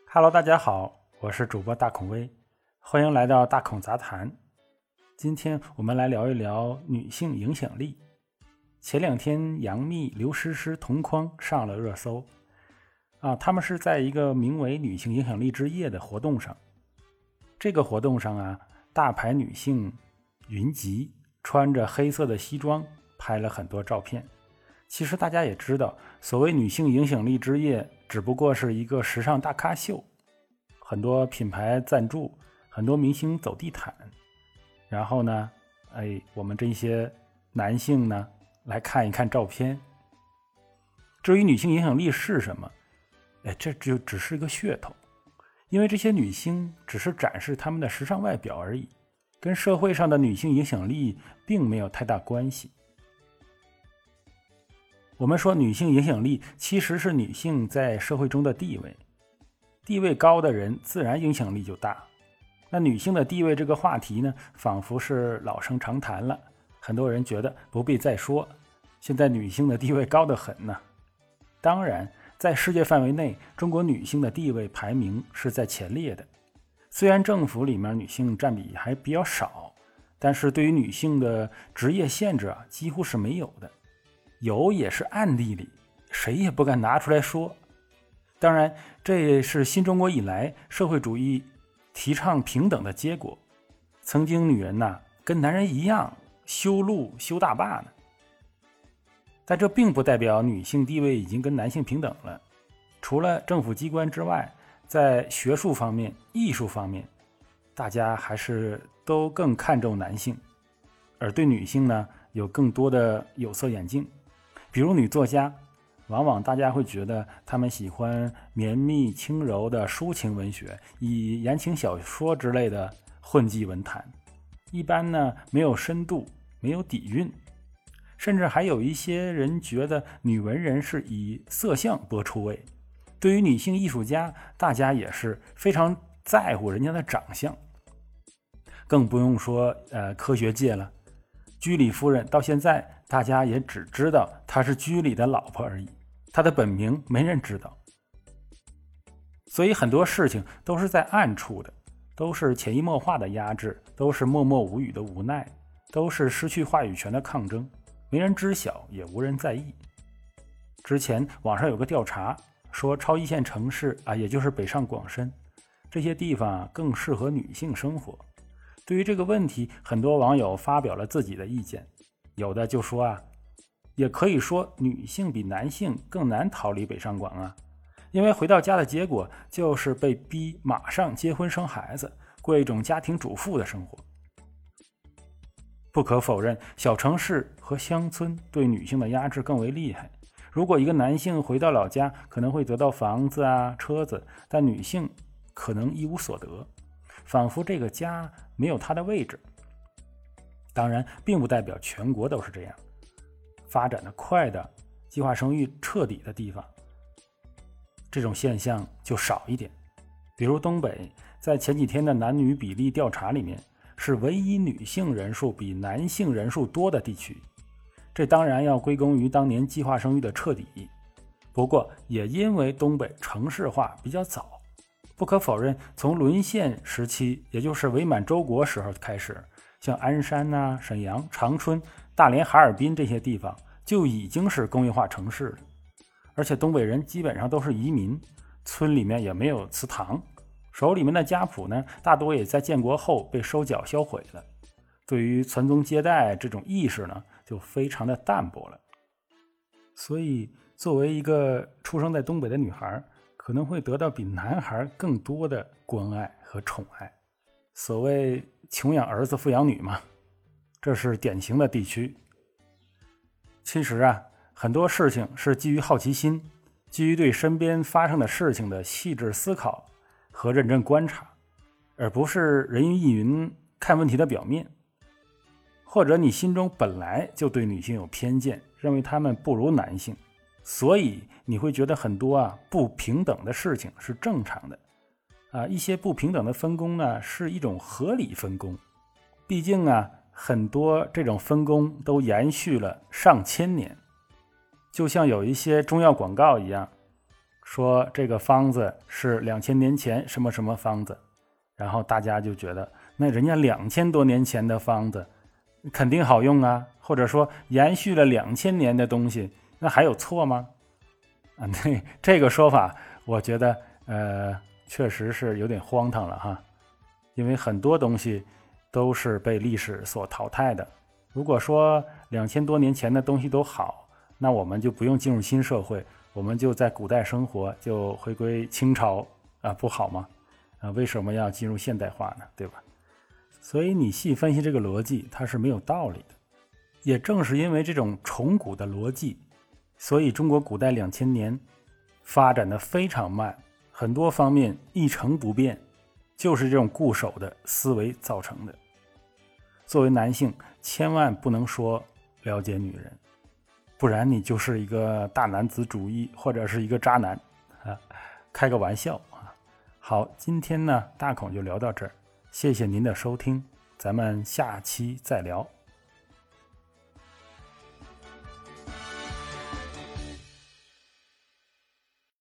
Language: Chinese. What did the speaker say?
Hello， 大家好，我是主播大孔威，欢迎来到大孔杂谈。今天我们来聊一聊女性影响力。前两天杨幂、刘诗诗同框上了热搜他们是在一个名为女性影响力之夜的活动上。这个活动上大牌女性云集穿着黑色的西装拍了很多照片。其实大家也知道，所谓女性影响力之夜只不过是一个时尚大咖秀，很多品牌赞助，很多明星走地毯，然后呢我们这些男性呢来看一看照片。至于女性影响力是什么，这就只是一个噱头，因为这些女星只是展示她们的时尚外表而已，跟社会上的女性影响力并没有太大关系。我们说女性影响力其实是女性在社会中的地位，地位高的人自然影响力就大。那女性的地位这个话题呢，仿佛是老生常谈了，很多人觉得不必再说，现在女性的地位高得很呢。当然，在世界范围内，中国女性的地位排名是在前列的。虽然政府里面女性占比还比较少，但是对于女性的职业限制几乎是没有的。有也是暗地里，谁也不敢拿出来说。当然，这也是新中国以来社会主义提倡平等的结果。曾经女人跟男人一样修路修大坝呢，但这并不代表女性地位已经跟男性平等了。除了政府机关之外，在学术方面、艺术方面，大家还是都更看重男性，而对女性呢有更多的有色眼镜。比如女作家，往往大家会觉得她们喜欢绵密轻柔的抒情文学，以言情小说之类的混迹文坛，一般呢没有深度，没有底蕴。甚至还有一些人觉得女文人是以色相博出位。对于女性艺术家，大家也是非常在乎人家的长相，更不用说科学界了。居里夫人到现在大家也只知道她是居里的老婆而已，她的本名没人知道。所以很多事情都是在暗处的，都是潜移默化的压制，都是默默无语的无奈，都是失去话语权的抗争，没人知晓，也无人在意。之前网上有个调查说，超一线城市也就是北上广深这些地方更适合女性生活。对于这个问题，很多网友发表了自己的意见，有的就说也可以说女性比男性更难逃离北上广因为回到家的结果就是被逼马上结婚生孩子，过一种家庭主妇的生活。不可否认，小城市和乡村对女性的压制更为厉害。如果一个男性回到老家，可能会得到房子车子，但女性可能一无所得，仿佛这个家没有她的位置。当然，并不代表全国都是这样。发展的快的、计划生育彻底的地方，这种现象就少一点。比如东北，在前几天的男女比例调查里面，是唯一女性人数比男性人数多的地区。这当然要归功于当年计划生育的彻底，不过也因为东北城市化比较早。不可否认，从沦陷时期，也就是伪满洲国时候开始，像鞍山沈阳、长春、大连、哈尔滨这些地方就已经是工业化城市了。而且东北人基本上都是移民，村里面也没有祠堂，手里面的家谱呢，大多也在建国后被收缴销毁了。对于传宗接代这种意识呢，就非常的淡薄了。所以作为一个出生在东北的女孩，可能会得到比男孩更多的关爱和宠爱。所谓穷养儿子富养女嘛，这是典型的地区。其实很多事情是基于好奇心，基于对身边发生的事情的细致思考和认真观察，而不是人云亦云看问题的表面。或者你心中本来就对女性有偏见，认为她们不如男性，所以你会觉得很多不平等的事情是正常的一些不平等的分工呢是一种合理分工。毕竟很多这种分工都延续了上千年，就像有一些中药广告一样， 说这个方子是2000年前什么什么方子，然后大家就觉得那人家2000多年前的方子肯定好用啊，或者说延续了2000年的东西，那还有错吗？这个说法我觉得确实是有点荒唐了哈，因为很多东西都是被历史所淘汰的。如果说2000多年前的东西都好，那我们就不用进入新社会，我们就在古代生活，就回归清朝不好吗？为什么要进入现代化呢？对吧？所以你细分析这个逻辑，它是没有道理的。也正是因为这种重古的逻辑，所以中国古代2000年发展的非常慢，很多方面一成不变，就是这种固守的思维造成的。作为男性，千万不能说了解女人，不然你就是一个大男子主义或者是一个渣男开个玩笑啊。好，今天呢大孔就聊到这儿，谢谢您的收听，咱们下期再聊。